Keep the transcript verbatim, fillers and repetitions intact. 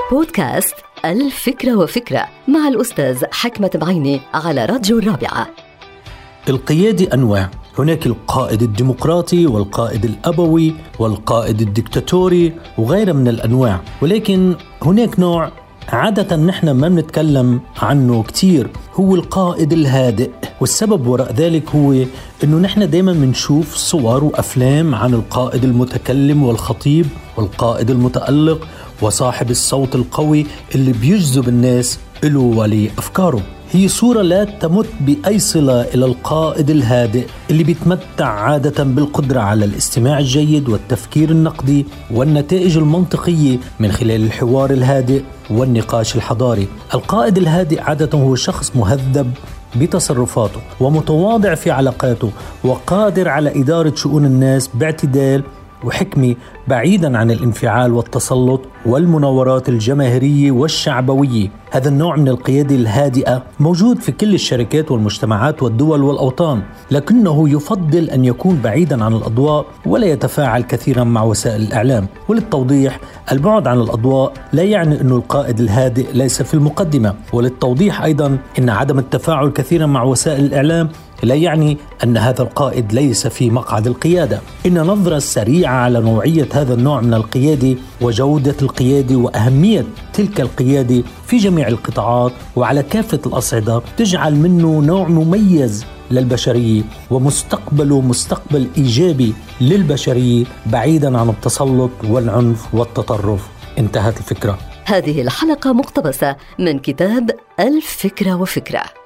بودكاست الفكرة وفكرة مع الأستاذ حكمة بعيني على راديو الرابعة. القيادة أنواع، هناك القائد الديمقراطي والقائد الأبوي والقائد الدكتاتوري وغيرها من الأنواع، ولكن هناك نوع عادة نحن ما بنتكلم عنه كتير، هو القائد الهادئ. والسبب وراء ذلك هو أنه نحن دايما بنشوف صور وأفلام عن القائد المتكلم والخطيب والقائد المتألق وصاحب الصوت القوي اللي بيجذب الناس له ولأفكاره. هي صورة لا تمت بأي صلة إلى القائد الهادئ اللي بيتمتع عادة بالقدرة على الاستماع الجيد والتفكير النقدي والنتائج المنطقية من خلال الحوار الهادئ والنقاش الحضاري. القائد الهادئ عادة هو شخص مهذب بتصرفاته ومتواضع في علاقاته وقادر على إدارة شؤون الناس باعتدال وحكمة، بعيدا عن الانفعال والتسلط والمناورات الجماهيرية والشعبوية. هذا النوع من القيادة الهادئة موجود في كل الشركات والمجتمعات والدول والأوطان، لكنه يفضل أن يكون بعيدا عن الأضواء ولا يتفاعل كثيرا مع وسائل الإعلام. وللتوضيح، البعد عن الأضواء لا يعني أن القائد الهادئ ليس في المقدمة، وللتوضيح أيضا أن عدم التفاعل كثيرا مع وسائل الإعلام لا يعني أن هذا القائد ليس في مقعد القيادة. إن نظرة سريعة على نوعية هذا النوع من القيادة وجودة القيادة وأهمية تلك القيادة في جميع القطاعات وعلى كافة الأصعدة تجعل منه نوع مميز للبشرية ومستقبله مستقبل إيجابي للبشرية بعيدا عن التسلط والعنف والتطرف. انتهت الفكرة. هذه الحلقة مقتبسة من كتاب الفكرة وفكرة.